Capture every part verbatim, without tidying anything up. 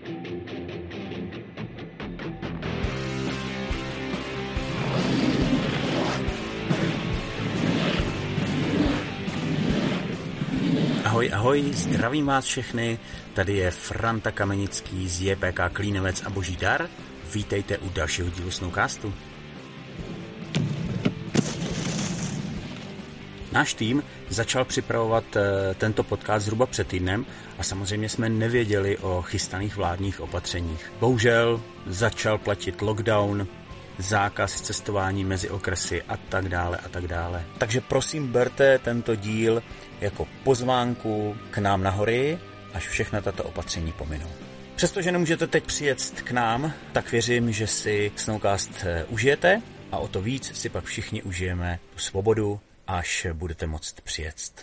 Ahoj, ahoj, zdravím vás všechny, tady je Franta Kamenický z J P K Klínovec a Boží dar. Vítejte u dalšího dílu Snowcastu. Náš tým začal připravovat tento podcast zhruba před týdnem a samozřejmě jsme nevěděli o chystaných vládních opatřeních. Bohužel začal platit lockdown, zákaz cestování mezi okresy a tak dále a tak dále. Takže prosím, berte tento díl jako pozvánku k nám na hory, až všechna tato opatření pominou. Přestože nemůžete teď přijet k nám, tak věřím, že si Snowcast užijete a o to víc si pak všichni užijeme tu svobodu, až budete moct přijet.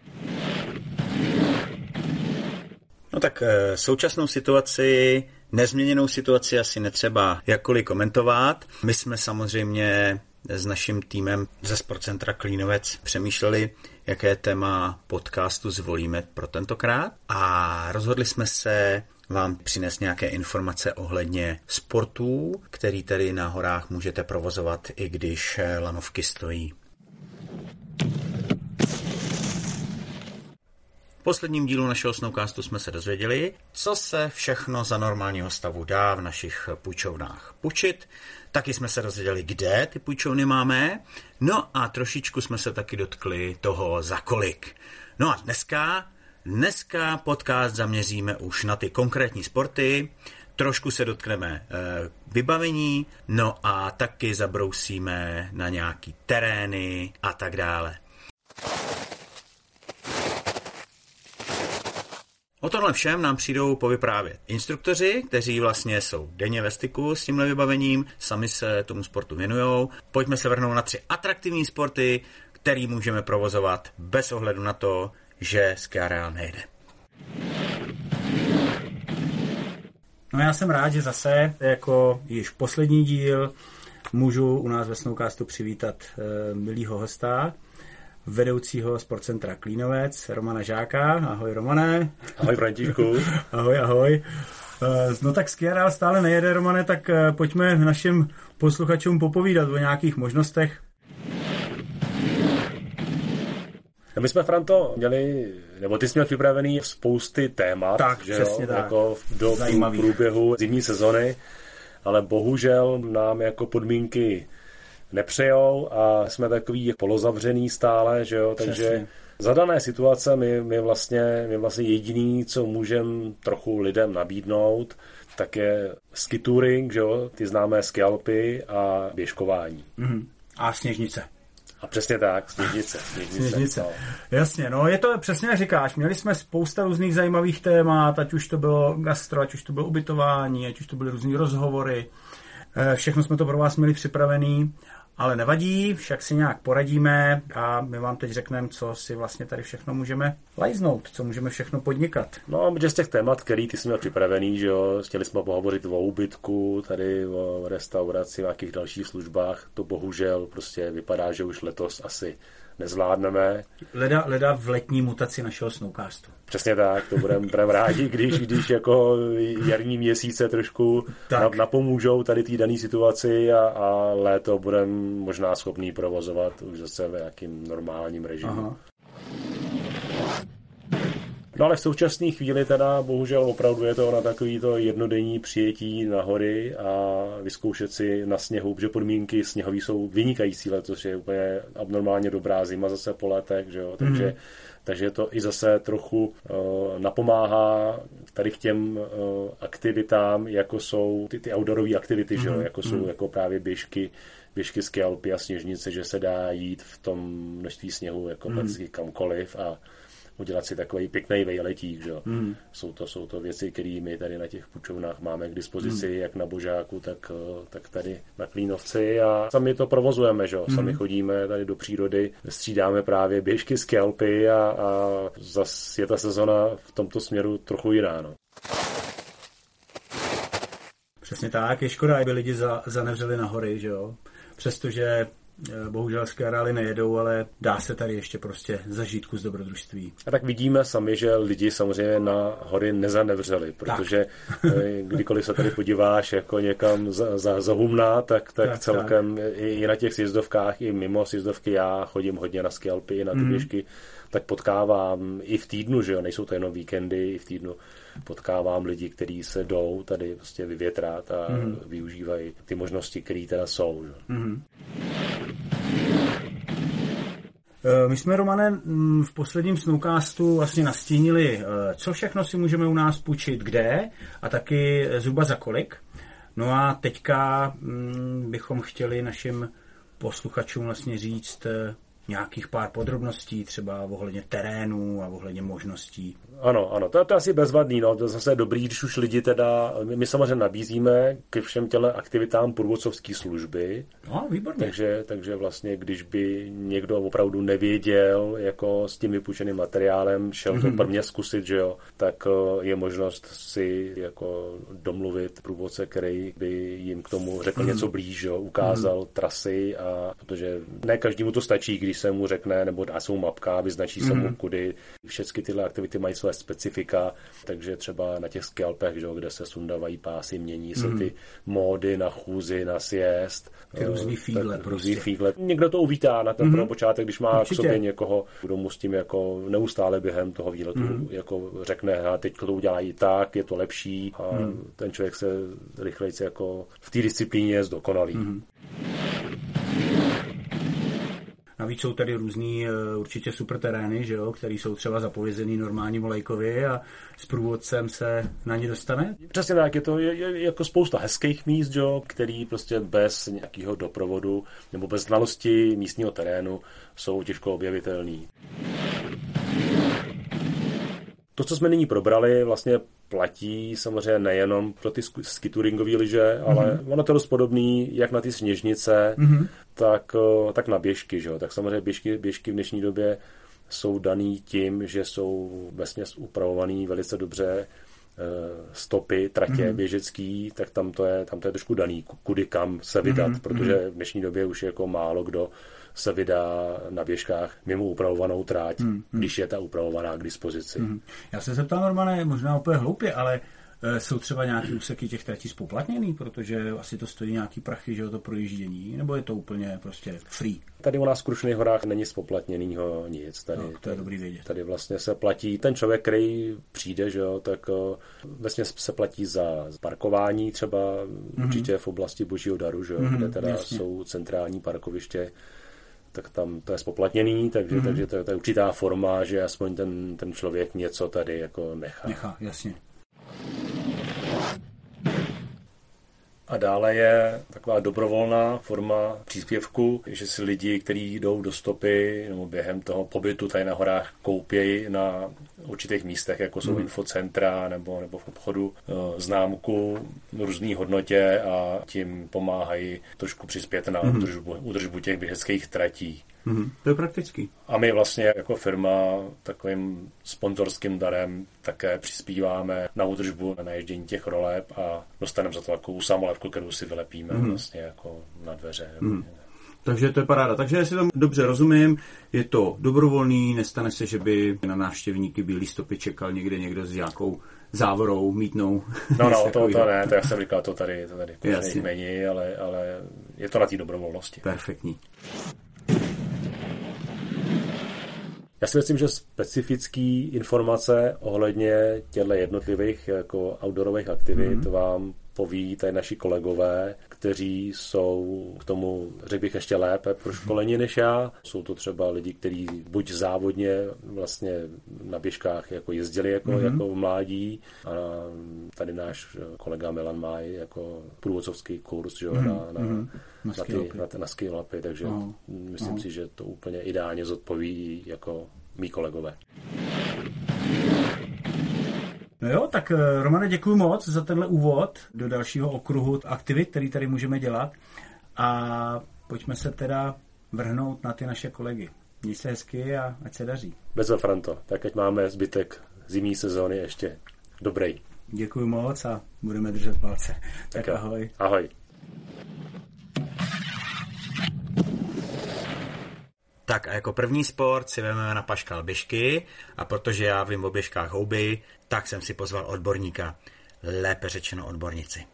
No tak současnou situaci, nezměněnou situaci asi netřeba jakkoliv komentovat. My jsme samozřejmě s naším týmem ze Sportcentra Klínovec přemýšleli, jaké téma podcastu zvolíme pro tentokrát a rozhodli jsme se vám přinést nějaké informace ohledně sportů, který tady na horách můžete provozovat, i když lanovky stojí. V posledním dílu našeho Snowcastu jsme se dozvěděli, co se všechno za normálního stavu dá v našich půjčovnách půjčit. Taky jsme se dozvěděli, kde ty půjčovny máme. No a trošičku jsme se taky dotkli toho, za kolik. No a dneska, dneska podcast zaměříme už na ty konkrétní sporty, trošku se dotkneme e, vybavení, no a taky zabrousíme na nějaký terény a tak dále. O tomhle všem nám přijdou povyprávět instruktoři, kteří vlastně jsou denně ve styku s tímhle vybavením, sami se tomu sportu věnujou. Pojďme se vrhnout na tři atraktivní sporty, který můžeme provozovat bez ohledu na to, že ski areál nejde. No já jsem rád, že zase jako již poslední díl můžu u nás ve Snowcastu přivítat e, milýho hosta, vedoucího Sportcentra Klínovec, Romana Žáka. Ahoj, Romane. Ahoj, Františku. Ahoj, ahoj. No tak ski areál stále nejede, Romane, tak pojďme našim posluchačům popovídat o nějakých možnostech. My jsme, Franto, měli, nebo ty jsi měl připravený spousty témat, tak, že přesně jo, tak. Jako do Zajímavý. průběhu zimní sezony, ale bohužel nám jako podmínky nepřejou a jsme takový polozavřený stále, že jo, takže Přesně. za dané situace my, my, vlastně, my vlastně jediný, co můžeme trochu lidem nabídnout, tak je ski touring, že jo, ty známé ski alpy a běžkování. Mm. A sněžnice. A přesně tak, sněžnice. Sněžnice, sněžnice. No. Jasně, no je to přesně jak říkáš, měli jsme spousta různých zajímavých témat, ať už to bylo gastro, ať už to bylo ubytování, ať už to byly různý rozhovory, všechno jsme to pro vás měli připravený. Ale nevadí, však si nějak poradíme a my vám teď řekneme, co si vlastně tady všechno můžeme lajznout, co můžeme všechno podnikat. No, protože z těch témat, který ty jsi měl připravený, že jo, chtěli jsme pohovořit o ubytku, tady o restauraci, o nějakých dalších službách, to bohužel prostě vypadá, že už letos asi nezvládneme. Leda, leda v letní mutaci našeho Snowcastu. Přesně tak, to budeme budem rádi, když, když jako jarní měsíce trošku tak napomůžou tady té dané situaci a, a léto budeme možná schopný provozovat už zase v nějakým normálním režimu. Aha. No ale v současné chvíli teda bohužel opravdu je to na takový to jednodenní přijetí na hory a vyzkoušet si na sněhu, protože podmínky sněhový jsou vynikající letos, je úplně abnormálně dobrá zima zase po letech, že jo, takže mm. Takže to i zase trochu uh, napomáhá tady k těm uh, aktivitám, jako jsou ty, ty outdoorové aktivity, mm. že jo, jako mm. jsou jako právě běžky, běžky ski alpy a sněžnice, že se dá jít v tom množství sněhu jako mm. kamkoliv a udělat si takový pěkný vejletík, že? Mm. Jsou to, jsou to věci, které my tady na těch půjčovnách máme k dispozici, mm. jak na Božáku, tak, tak tady na Klínovci a sami to provozujeme, že? Mm. Sami chodíme tady do přírody, střídáme právě běžky z Alpy a, a zase je ta sezona v tomto směru trochu jiná, no. Přesně tak, je škoda, aby lidi za, zanevřeli na hory, že jo? Přestože bohužel ski areály nejedou, ale dá se tady ještě prostě zažít kus dobrodružství. A tak vidíme sami, že lidi samozřejmě na hory nezanevřeli, protože tak. kdykoliv se tady podíváš jako někam za, za, za humna, tak, tak, tak celkem tak. I, i na těch sjezdovkách, i mimo sjezdovky, já chodím hodně na ski alpy, i na ty mm. běžky, tak potkávám i v týdnu, že jo, nejsou to jenom víkendy, i v týdnu potkávám lidi, kteří se jdou tady prostě vyvětrat a mm. využívají ty možnosti, které teda jsou. Že? Mm. My jsme, Romane, v posledním Snowcastu vlastně nastínili, co všechno si můžeme u nás půjčit, kde a taky zhruba za kolik. No a teďka bychom chtěli našim posluchačům vlastně říct nějakých pár podrobností, třeba ohledně terénu a ohledně možností. Ano, ano, to je to asi bezvadný, no, to je zase dobrý, když už lidi teda, my samozřejmě nabízíme ke všem těle aktivitám průvodcovské služby. No, výborně. Takže, takže vlastně, když by někdo opravdu nevěděl, jako s tím vypůjčeným materiálem, šel mm-hmm. to prvně zkusit, že jo, tak je možnost si jako domluvit průvodce, který by jim k tomu řekl mm-hmm. něco blíž, jo, ukázal mm-hmm. trasy, a protože ne každému to stačí, když se mu řekne, nebo dá se mu mapka, vyznačí mm-hmm. se mu kudy. Všechny tyhle aktivity mají své specifika, takže třeba na těch ski alpech, že, kde se sundávají pásy, mění se mm. ty módy na chůzi, na sjezd. Ty různý fígle. Různý fígle. Někdo to uvítá na ten mm. počátek, když má Určitě. k sobě někoho, kdo mu s tím jako neustále během toho výletu mm. jako řekne, a teď to udělají tak, je to lepší a mm. ten člověk se rychleji jako v té disciplíně zdokonalí. Mm. Navíc jsou tady různý určitě super terény, že jo, které jsou třeba zapovězený normálnímu lajkovi a s průvodcem se na ně dostane? Přesně tak, je to je, je, jako spousta hezkých míst, jo, který prostě bez nějakého doprovodu nebo bez znalosti místního terénu jsou těžko objevitelný. To, co jsme nyní probrali, vlastně platí samozřejmě nejenom pro ty skitouringové lyže, mm-hmm. ale ono to je dost podobný jak na ty sněžnice, mm-hmm. tak, tak na běžky. Že? Tak samozřejmě běžky, běžky v dnešní době jsou daný tím, že jsou vesměs upravovaný velice dobře stopy, tratě mm-hmm. běžecký, tak tam to je, tam to je trošku daný, kudy kam se vydat, mm-hmm. protože v dnešní době už je jako málo kdo se vydá na běžkách mimo upravovanou tráť, mm, mm. když je ta upravovaná k dispozici. Mm. Já se zeptám, normálně, možná úplně hloupě, ale e, jsou třeba nějaké úseky těch tratí spoplatněný, protože asi to stojí nějaký prachy, že o to projíždění, nebo je to úplně prostě free? Tady u nás v Krušných horách není spoplatněnýho nic. Tady, no, to je dobrý vědět. Tady vlastně se platí, ten člověk, který přijde, že jo, tak vlastně se platí za parkování třeba mm-hmm. určitě v oblasti Božího daru, že jo, mm-hmm, kde teda jasně. jsou centrální parkoviště, tak tam to je spoplatněný, takže, mm-hmm. takže to, to je určitá forma, že aspoň ten, ten člověk něco tady jako nechá. Nechá, jasně. A dále je taková dobrovolná forma příspěvku, že si lidi, kteří jdou do stopy nebo během toho pobytu tady na horách koupějí na určitých místech, jako jsou mm. infocentra nebo, nebo v obchodu, známku v různé hodnotě a tím pomáhají trošku přispět na mm. udržbu, udržbu těch běžeckých tratí. Mm, to je praktický. A my vlastně jako firma takovým sponzorským darem také přispíváme na údržbu, na naježdění těch roleb a dostaneme za to takovou samolepku, kterou si vylepíme mm. vlastně jako na dveře. Mm. Takže to je paráda. Takže jestli to dobře rozumím, je to dobrovolný, nestane se, že by na návštěvníky Bílý stopy čekal někde někdo s nějakou závorou, mítnou. No, no, to, to ne, to já jsem říkal, to tady, to tady není, ale, ale je to na té dobrovolnosti. Perfektní. Já si myslím, že specifické informace ohledně těchto jednotlivých jako outdoorových aktivit mm-hmm. vám poví tady naši kolegové, kteří jsou k tomu, řekl bych, ještě lépe proškoleni než já. Jsou to třeba lidi, kteří buď závodně vlastně na běžkách jako jezdili jako, mm-hmm. jako v mládí. A tady náš kolega Milan má jako průvodcovský kurz, že, mm-hmm. na, na, mm-hmm. na, na, ty, na, na ski alpy, takže oh. myslím oh. si, že to úplně ideálně zodpoví jako mý kolegové. No jo, tak Romane, děkuji moc za tenhle úvod do dalšího okruhu aktivit, který tady můžeme dělat. A pojďme se teda vrhnout na ty naše kolegy. Měj se hezky a ať se daří. Bezva, Franto, tak ať máme zbytek zimní sezóny ještě dobrý. Děkuji moc a budeme držet palce. Tak, tak ahoj. Ahoj. Tak a jako první sport si vezmeme na paškal běžky a protože já vím o běžkách houby, tak jsem si pozval odborníka, lépe řečeno odbornici.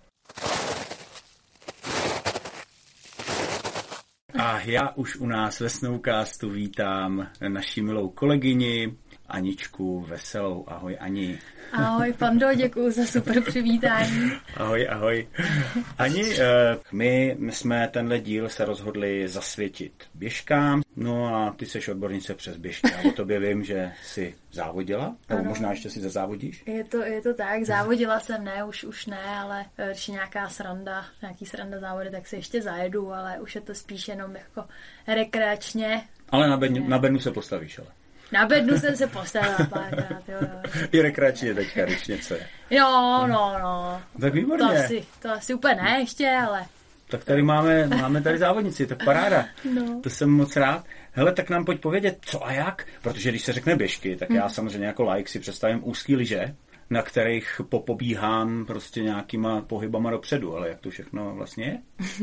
A já už u nás ve Snowcastu vítám naši milou kolegyni Aničku Veselou. Ahoj Ani. Ahoj Pando, děkuju za super přivítání. Ahoj, ahoj. Ani, my jsme tenhle díl se rozhodli zasvětit běžkám, no a ty seš odbornice přes běžky. A o tobě vím, že jsi závodila, nebo možná ještě si zazávodíš? Je to, je to tak, závodila jsem, ne, už, už ne, ale když je nějaká sranda, nějaký sranda závody, tak si ještě zajedu, ale už je to spíš jenom jako rekreačně. Ale na, bedně, na bednu se postavíš, ale. Na bednu jsem se postavila párkrát, jo, jo. I rekreačně teďka, když něco je. Jo, no, no. Tak výborně. To asi, to asi úplně ne ještě, ale. Tak tady máme, máme tady závodnici, tak paráda. No. To jsem moc rád. Hele, tak nám pojď povědět, co a jak, protože když se řekne běžky, tak já samozřejmě jako like si představím úzký lyže, na kterých popobíhám prostě nějakýma pohybama dopředu, ale jak to všechno vlastně je?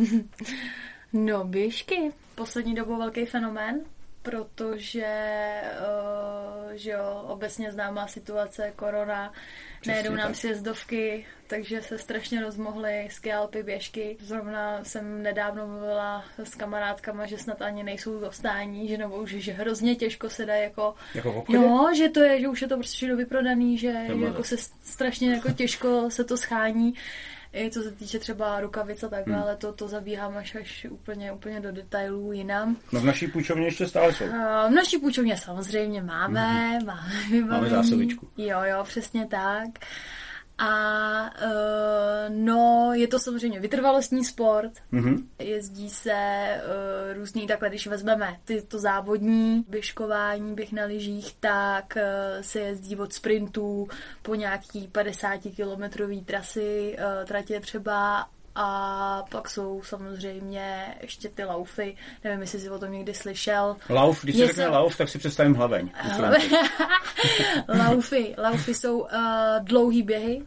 No, běžky. Poslední dobou velký fenomén, protože uh, že jo, obecně známá situace, korona, nejedou nám sjezdovky, takže se strašně rozmohly ski, alpy, běžky. Zrovna jsem nedávno mluvila s kamarádkama, že snad ani nejsou dostání, že nebo že hrozně těžko se dá jako... Jako v obchodě? Jo, že to je, že už je to prostě vyprodaný, že, že jako se strašně jako těžko se to schání. I co se týče třeba rukavic a takhle, hmm. ale to, to zabíhám až, až úplně, úplně do detailů jinam. No v naší půjčovně ještě stále jsou. V naší půjčovně samozřejmě máme, hmm. máme vybavení. Máme zásobičku. Jo, jo, přesně tak. A uh, no, je to samozřejmě vytrvalostní sport, mm-hmm. jezdí se uh, různý, takhle když vezmeme ty, to závodní běžkování, běh na lyžích, tak uh, se jezdí od sprintů po nějaký padesátikilometrový trasy, uh, tratě třeba. A pak jsou samozřejmě ještě ty laufy. Nevím, jestli jsi o tom někdy slyšel. Lauf, když se řekne jsem... lauf, tak si představím hlaveň. laufy, laufy jsou uh, dlouhý běhy.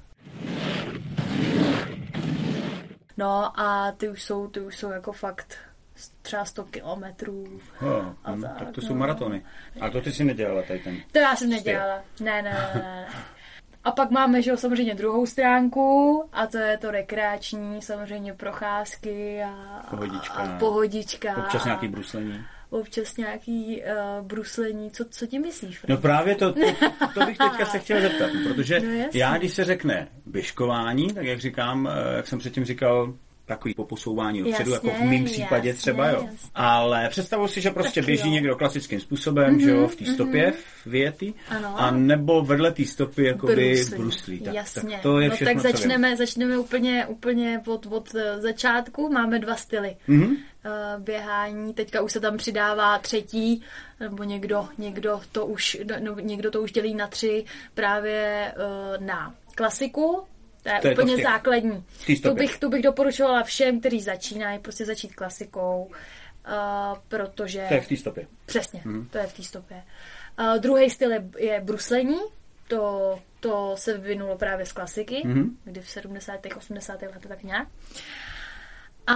No a ty už jsou, ty už jsou jako fakt třeba sto kilometrů. Oh, tak, tak to no. jsou maratony. A to ty si nedělala tady ten? To já jsem nedělala. Ne, ne, ne, ne. A pak máme, že jo, samozřejmě druhou stránku a to je to rekreační, samozřejmě procházky a pohodička. A pohodička. Občas nějaký bruslení. Občas nějaký uh, bruslení. Co, co ti myslíš? No právě to, to, to bych teďka se chtěl zeptat, protože no já, když se řekne běžkování, tak jak říkám, jak jsem předtím říkal, takový poposouvání dopředu, jako v mém případě jasně, třeba, jo. Jasně. Ale představuji si, že prostě tak běží jo. někdo klasickým způsobem, mm-hmm, že jo, v té stopě, mm-hmm. vyjetý, a nebo vedle té stopy, jakoby bruslí. Tak, jasně. Tak to je no všechno, tak začneme, začneme úplně, úplně od, od začátku. Máme dva styly. Mm-hmm. Běhání, teďka už se tam přidává třetí, nebo někdo, někdo, to, už, no, někdo to už dělí na tři, právě na klasiku. To je, to je úplně to základní. To bych, to bych doporučovala všem, kteří začínají, prostě začít klasikou, uh, protože... To je v té stopě. Přesně, mm. to je v té stopě. Uh, druhý styl je, je bruslení, to, to se vyvinulo právě z klasiky, mm. kdy v sedmdesátých, osmdesátých letech tak nějak. A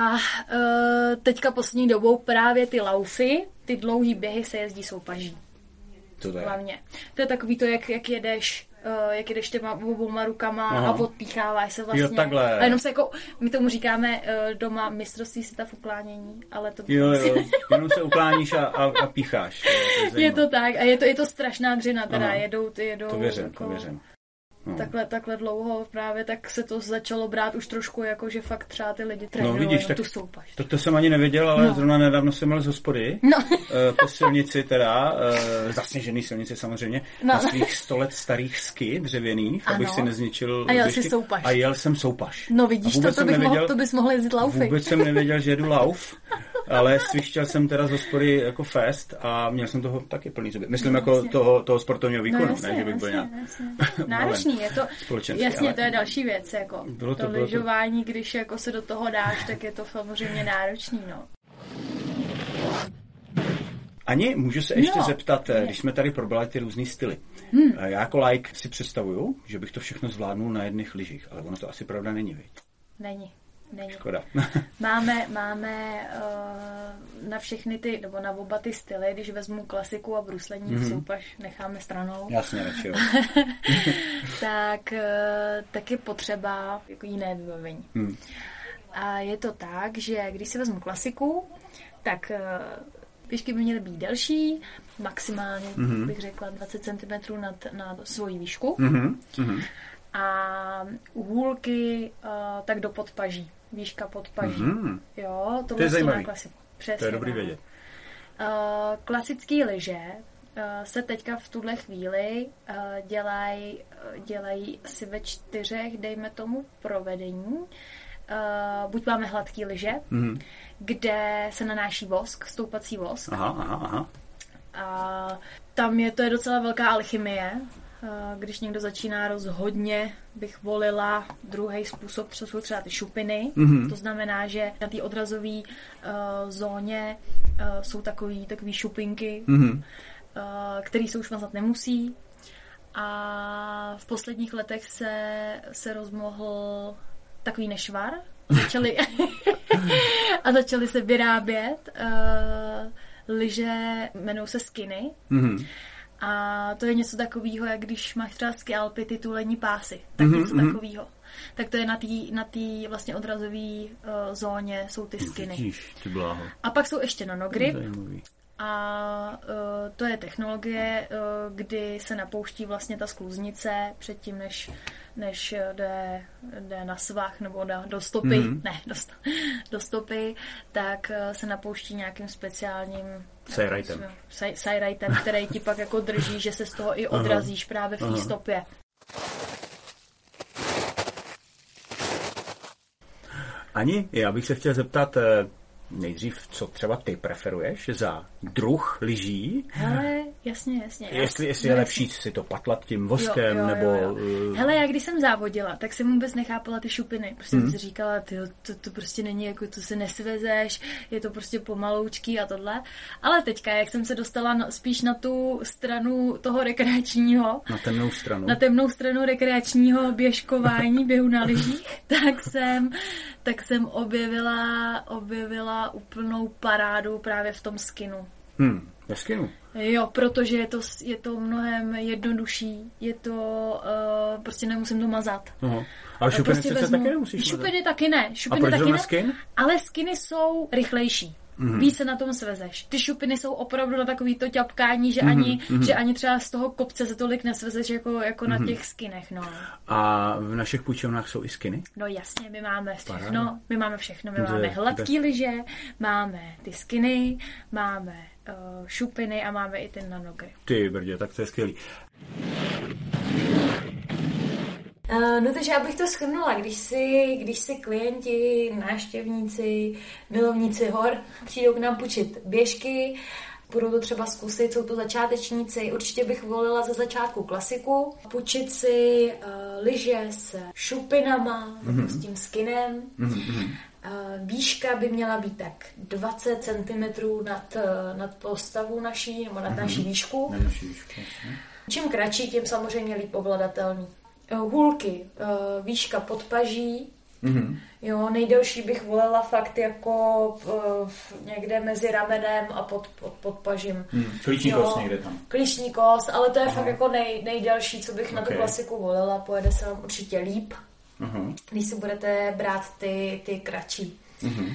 uh, teďka poslední dobou právě ty laufy, ty dlouhý běhy se jezdí soupaží. To je. Hlavně. To je takový to, jak, jak jedeš Uh, jak jdeš těma obouma rukama aha. a odpícháváš se vlastně. Jo, takhle. A jenom se jako, my tomu říkáme uh, doma mistrovství světa v uklání, ale to... Jo, jo, jenom se ukláníš a, a, a pícháš. To je, je to tak a je to, je to strašná dřina, teda aha. jedou ty, jedou... To věřím, jako, to věřím. No. Takhle, takhle dlouho právě, tak se to začalo brát už trošku jako, že fakt třeba ty lidi trénují no, vidíš, tu soupaž. To, to jsem ani nevěděl, ale no. zrovna nedávno jsem měl z hospody, no. po silnici teda, zasněžený silnici samozřejmě, no. na svých sto let starých ski dřevěných, ano. abych si nezničil a jel jsi soupaž. A jel jsem soupaž. No vidíš, to, to, bych nevěděl, mohl, to bys mohl jezdit laufy. Vůbec jsem nevěděl, že jedu lauf. Ale svištěl jsem teda z hospody jako fest a měl jsem toho taky plný zuby. Myslím no, jako toho, toho sportovního výkonu, no, jasně, ne, že bych byl nějak náročný, je to, jasně, ale... to je další věc, jako bylo to, to bylo lyžování, to... když jako se do toho dáš, tak je to samozřejmě náročný, no. Ani, můžu se ještě no, zeptat, ne. když jsme tady probrali ty různý styly. Hmm. Já jako like si představuju, že bych to všechno zvládnul na jedných lyžích, ale ono to asi pravda není, viď? Není. Není. Škoda. Máme, máme uh, na všechny ty, nebo na oba ty styly, když vezmu klasiku a bruslení, mm-hmm. soupaž necháme stranou. Jasně, radši. tak, uh, tak je potřeba jako jiné vybavení. Mm. A je to tak, že když si vezmu klasiku, tak uh, pěšky by měly být delší, maximálně mm-hmm. bych řekla dvacet centimetrů nad, nad svoji výšku. Mm-hmm. A hůlky uh, tak do podpaží. Výška podpaží. Mm-hmm. Jo, to je zajímavý. Přesně, to je dobrý vědět. Uh, klasický lyže uh, se teďka v tuhle chvíli uh, dělají dělaj asi ve čtyřech, dejme tomu, provedení. Uh, buď máme hladký lyže, mm-hmm. kde se nanáší vosk, stoupací vosk. Aha, aha, aha. A tam je to je docela velká alchymie. Když někdo začíná rozhodně, bych volila druhý způsob, co jsou třeba ty šupiny. Mm-hmm. To znamená, že na té odrazové uh, zóně uh, jsou takový, takový šupinky, mm-hmm. uh, které se už mazat nemusí. A v posledních letech se, se rozmohl takový nešvar. Začali a začali se vyrábět uh, lyže, jmenují se skiny. Mm-hmm. A to je něco takového, jak když máš třeba ski Alpy ty tulení pásy. Tak mm-hmm. něco takového. Tak to je na té na tý vlastně odrazové uh, zóně jsou ty skiny. Vidíš, ty bláho. A pak jsou ještě nanogrip. A uh, to je technologie, uh, kdy se napouští vlastně ta skluznice předtím, než, než jde, jde na svah nebo jde do stopy, mm-hmm. ne, do, do stopy, tak uh, se napouští nějakým speciálním sajrajtem, sajrajtem, který ti pak jako drží, že se z toho i odrazíš právě v té stopě. Ani, já bych se chtěl zeptat nejdřív, co třeba ty preferuješ za druh lyží? Hele, jasně, jasně. Jestli, jestli je lepší si to patlat tím voskem, jo, jo, nebo... Jo, jo. Hele, já když jsem závodila, tak jsem vůbec nechápala ty šupiny. Prostě mm. jsem si říkala, tyjo, to, to prostě není, jako to se nesvezeš, je to prostě pomaloučký a tohle. Ale teďka, jak jsem se dostala no, spíš na tu stranu toho rekreačního... Na temnou stranu. Na temnou stranu rekreačního běžkování, běhu na lyžích, tak jsem, tak jsem objevila, objevila úplnou parádu právě v tom skinu. Hmm, ve skinu? Jo, protože je to, je to mnohem jednodušší, je to, uh, prostě nemusím to mazat. Aha. Ale šupiny prostě se taky nemusíš mazat? Šupiny taky ne. Šupiny a proč taky na ne, skin? ale skiny jsou rychlejší. Mm-hmm. Víc se na tom svezeš. Ty šupiny jsou opravdu na takový to ťapkání, že, mm-hmm. ani, mm-hmm. že ani třeba z toho kopce se tolik nesvezeš jako, jako mm-hmm. na těch skinech. No. A v našich půjčovnách jsou i skiny? No jasně, my máme všechno. My máme všechno. My to máme hladký to... lyže, máme ty skiny, máme uh, šupiny a máme i ty nanogrip. Ty brdě, tak to je skvělý. Uh, no takže já bych to shrnula, když si, když si klienti, návštěvníci, milovníci hor přijdou k nám půjčit běžky, budou to třeba zkusit, jsou to začátečníci, určitě bych volila ze začátku klasiku, půjčit si uh, lyže s šupinama, mm-hmm. s tím skinem. Mm-hmm. Uh, výška by měla být tak dvacet centimetrů nad, uh, nad postavu naší, nebo nad mm-hmm. naší výšku. Na naší výšku, jasně. Čím kratší, tím samozřejmě líp ovladatelný. Hůlky, výška podpaží, mm-hmm. jo, nejdelší bych volila fakt jako uh, někde mezi ramenem a pod, pod, podpažím. Hmm, klíční kos někde tam. Klíční kos, ale to je Aha. fakt jako nej, nejdelší, co bych okay. na tu klasiku volila, pojede se vám určitě líp, uh-huh. když si budete brát ty, ty kratší. Uh-huh.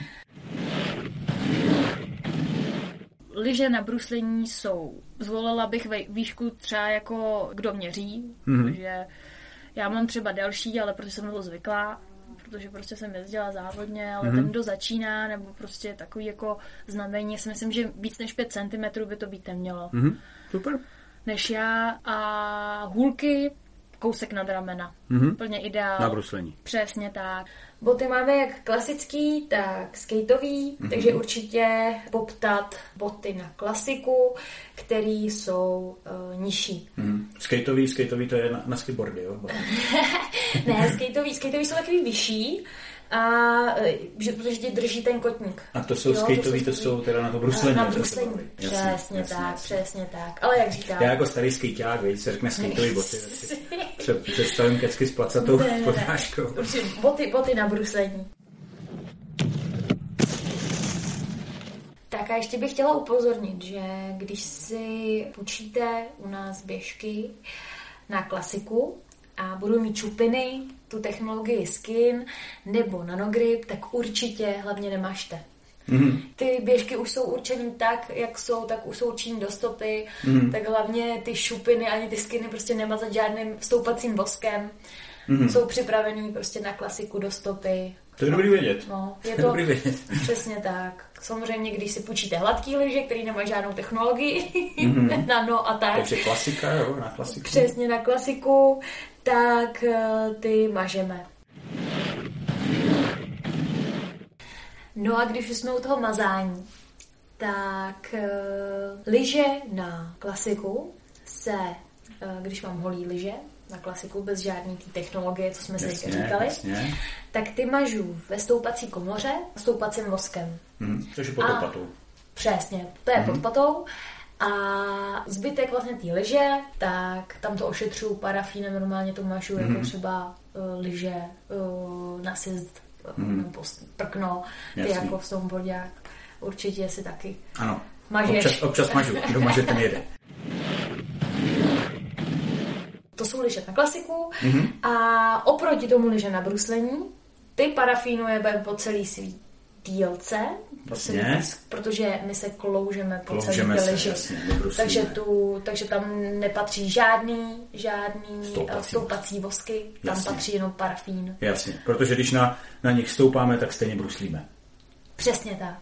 Lyže na bruslení jsou, zvolila bych výšku třeba jako kdo měří, mm-hmm. protože já mám třeba delší, ale protože jsem na to zvyklá, protože prostě jsem jezdila závodně, ale mm-hmm. ten, kdo začíná, nebo prostě takový jako znamení, si myslím, že víc než pět centimetrů by to být nemělo. Mm-hmm. Super. Než já a hůlky, kousek nad ramena. Mm-hmm. Plně ideál. Na bruslení. Přesně tak. Boty máme jak klasický, tak skateový, mm-hmm. takže určitě poptat boty na klasiku, které jsou uh, nižší. Mm. Skateový, skateový to je na, na skateboardy, jo? Ne, skateový, skateový jsou takový vyšší, a že, protože ti drží ten kotník. A to jsou skateový, to, to jsou teda na to bruslení. Na bruslení, přesně, jasně, jasně, tak, jasně. přesně tak. Ale jak říkám. Já jako starý skejťák, víš, se řekne skateový boty. Představím kecky s placatou podrážkou. Boty, boty na bruslení. Tak a ještě bych chtěla upozornit, že když si půjčíte u nás běžky na klasiku a budou mít čupiny, tu technologii Skin nebo Nanogrip, tak určitě hlavně nemažte. Mm-hmm. Ty běžky už jsou určený tak, jak jsou, tak už jsou určený do stopy, mm-hmm. tak hlavně ty šupiny ani ty skiny prostě nemazat žádným stoupacím voskem. Mm-hmm. Jsou připravený prostě na klasiku do stopy. To je dobrý vědět. No, je to, to dobrý vědět. Přesně tak. Samozřejmě, když si půjčíte hladký lyže, který nemají žádnou technologii, mm-hmm. nano a tak. Takže klasika, jo, na klasiku. Přesně na klasiku, tak ty mažeme. No a když jsme u toho mazání, tak uh, lyže na klasiku se, uh, když mám holý lyže, na klasiku bez žádný té technologie, co jsme si říkali, jasně. Tak ty mažu ve stoupací komoře stoupacím voskem. Hmm, což je pod a, patou. Přesně, to je hmm. pod patou. A zbytek vlastně té lyže, tak tam to ošetřuju parafínem, normálně to mažu hmm. jako třeba uh, lyže uh, na sjezd, hmm. nebo prkno, ty jasný. Jako v snowboardák. Určitě si taky ano. mažeš. Občas, občas mažu, kdo maže, ten jede. To jsou lyže na klasiku mm-hmm. a oproti tomu lyže na bruslení, ty parafínujeme po celý svý dílce, celý disk, protože my se kloužeme po celý ty lyži. Takže, tu, takže tam nepatří žádný, žádný stoupací, stoupací vosky, tam jasně. patří jenom parafín. Jasně, protože když na, na nich stoupáme, tak stejně bruslíme. Přesně tak.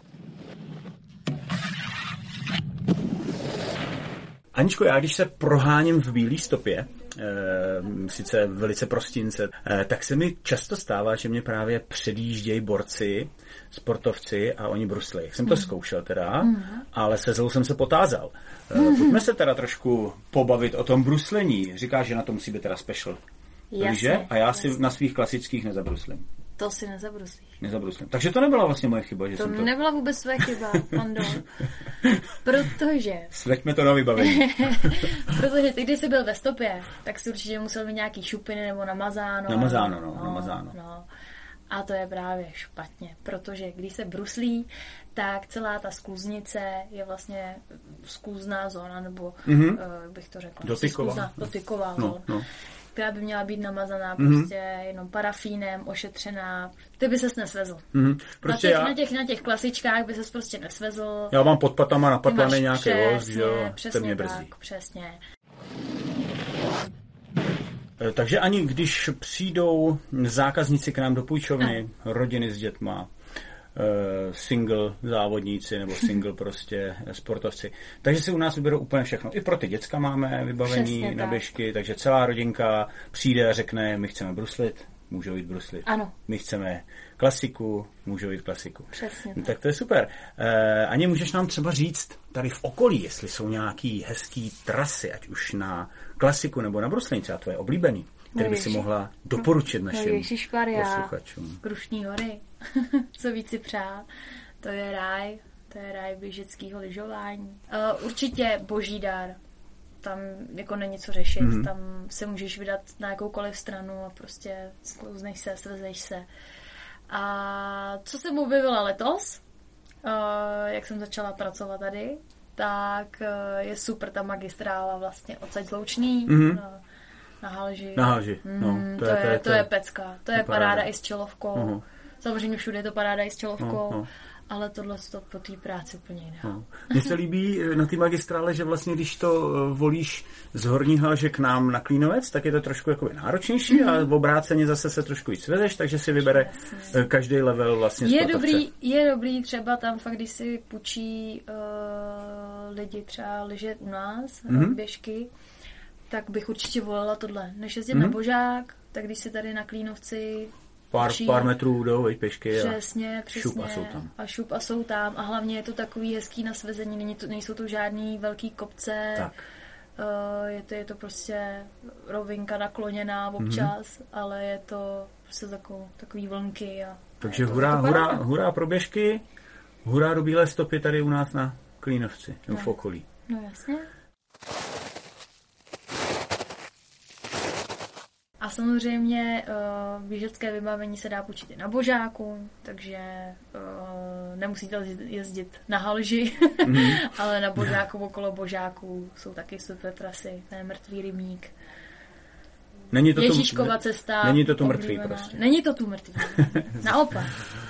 Aničko, já když se proháním v bílé stopě, e, sice velice prostince, e, tak se mi často stává, že mě právě předjíždějí borci, sportovci a oni bruslí. Jsem to mm. zkoušel teda, mm. ale se zlou jsem se potázal. E, pojďme se teda trošku pobavit o tom bruslení. Říkáš, že na to musí být teda special. Jasně, a já jasně. si na svých klasických nezabruslím. To si nezabruslíš. Nezabruslím. Takže to nebyla vlastně moje chyba. Že to, jsem to nebyla vůbec své chyba, Pando. Protože... Sveďme to na vybavení. Protože ty, když jsi byl ve stopě, tak jsi určitě musel mít nějaký šupiny nebo namazáno. Namazáno, no, no namazáno. No. A to je právě špatně, protože když se bruslí, tak celá ta skluznice je vlastně skluzná zóna, nebo mm-hmm. uh, bych to řekla. Dotyková. Skluzná, dotyková no, zóna. No. Která by měla být namazaná mm-hmm. prostě jenom parafínem, ošetřená. Ty by ses nesvezl. Mm-hmm. Prostě na, těch, já... na, těch, na těch klasičkách by ses prostě nesvezl. Já mám pod patama napatlaný nějaký voz, jo, přesně to mě brzdí. Tak, přesně. Takže ani když přijdou zákazníci k nám do půjčovny, a. rodiny s dětma, single závodníci nebo single prostě sportovci. Takže si u nás vyberou úplně všechno. I pro ty děcka máme vybavení přesně na běžky, tak. Takže celá rodinka přijde a řekne, my chceme bruslit, můžou jít bruslit. Ano. My chceme klasiku, můžou jít klasiku. Přesně. Tak to je super. Eh, Ani můžeš nám třeba říct tady v okolí, jestli jsou nějaký hezký trasy, ať už na klasiku nebo na bruslení, třeba tvoje oblíbený, které by si mohla doporučit našim posluchačům. Krušní hory. Co víc si přát. To je ráj. To je ráj běžeckého lyžování. Uh, určitě boží dar. Tam jako není co řešit. Mm-hmm. Tam se můžeš vydat na jakoukoliv stranu a prostě sklouzneš se, svezeš se. A co jsem objevila letos, uh, jak jsem začala pracovat tady, tak uh, je super ta magistrála vlastně odsaď Zloučný, mm-hmm. na, na Halži. Na Halži, no. Mm, to, je, to, je, to je pecka. To je paráda, paráda i s čelovkou. Uh-huh. Samozřejmě všude je to paráda i s čelovkou. Uh-huh. Ale tohle to po té práci úplně jiné. No. Mně se líbí na té magistrále, že vlastně když to volíš z Horní Halže k nám na Klínovec, tak je to trošku jakoby náročnější mm. a v obráceně zase se trošku víc svezeš, takže si vybere Jasně. každý level vlastně je dobrý, je dobrý třeba tam fakt, když si půjčí uh, lidi třeba lyže u nás, mm. běžky, tak bych určitě volila tohle. Než jezdit mm. na Božák, tak když si tady na Klínovci Pár, pár metrů jdou, veď pešky a přesně, přesně. šup a jsou tam. A šup a jsou tam. A hlavně je to takový hezký na svezení, Není to, nejsou to žádný velký kopce. Tak. Uh, je, to, je to prostě rovinka nakloněná občas, mm-hmm. ale je to prostě takovou, takový vlnky. A, Takže a to, hurá, to hurá, hurá pro běžky, hurá do bílé stopy tady u nás na Klínovci, no. v okolí. No jasně. A samozřejmě uh, běžecké vybavení se dá půjčit i na Božáku, takže uh, nemusíte jezdit na Halži, mm. ale na Božáku, okolo Božáku jsou taky super trasy, to je Mrtvý rybník. Není to Ježíškova tu, cesta. Není to tu mrtvý prostě. Není to tu mrtvý. Naopak.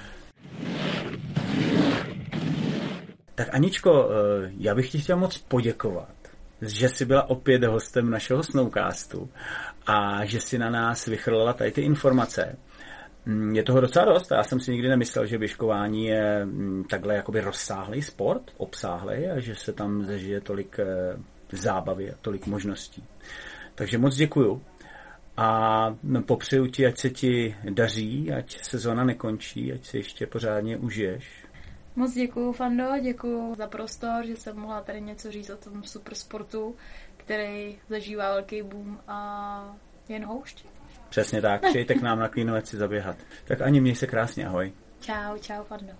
Tak Aničko, já bych ti chtěl moc poděkovat, že jsi byla opět hostem našeho Snowcastu a že jsi na nás vychrlila tady ty informace. Je toho docela dost, já jsem si nikdy nemyslel, že běžkování je takhle jakoby rozsáhlý sport, obsáhlý a že se tam zažije tolik zábavy a tolik možností. Takže moc děkuju a popřeju ti, ať se ti daří, ať sezona nekončí, ať se ještě pořádně užiješ. Moc děkuju, Fando, děkuju za prostor, že jsem mohla tady něco říct o tom supersportu, který zažívá velký boom a jen houšť. Přesně tak, přijďte k nám na Klínovec si zaběhat. Tak Ani, měj se krásně, ahoj. Čau, čau, Fando.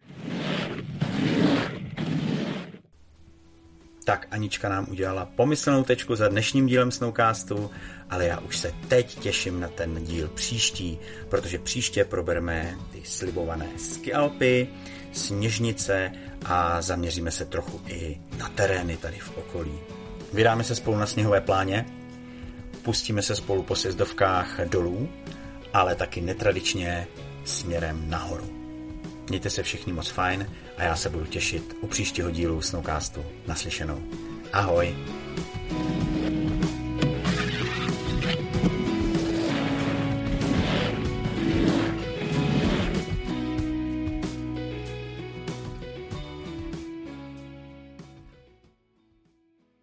Tak Anička nám udělala pomyslnou tečku za dnešním dílem Snowcastu, ale já už se teď těším na ten díl příští, protože příště probereme ty slibované skialpy, sněžnice a zaměříme se trochu i na terény tady v okolí. Vydáme se spolu na sněhové pláně, pustíme se spolu po sjezdovkách dolů, ale taky netradičně směrem nahoru. Mějte se všichni moc fajn a já se budu těšit u příštího dílu Snowcastu. Naslyšenou. Ahoj.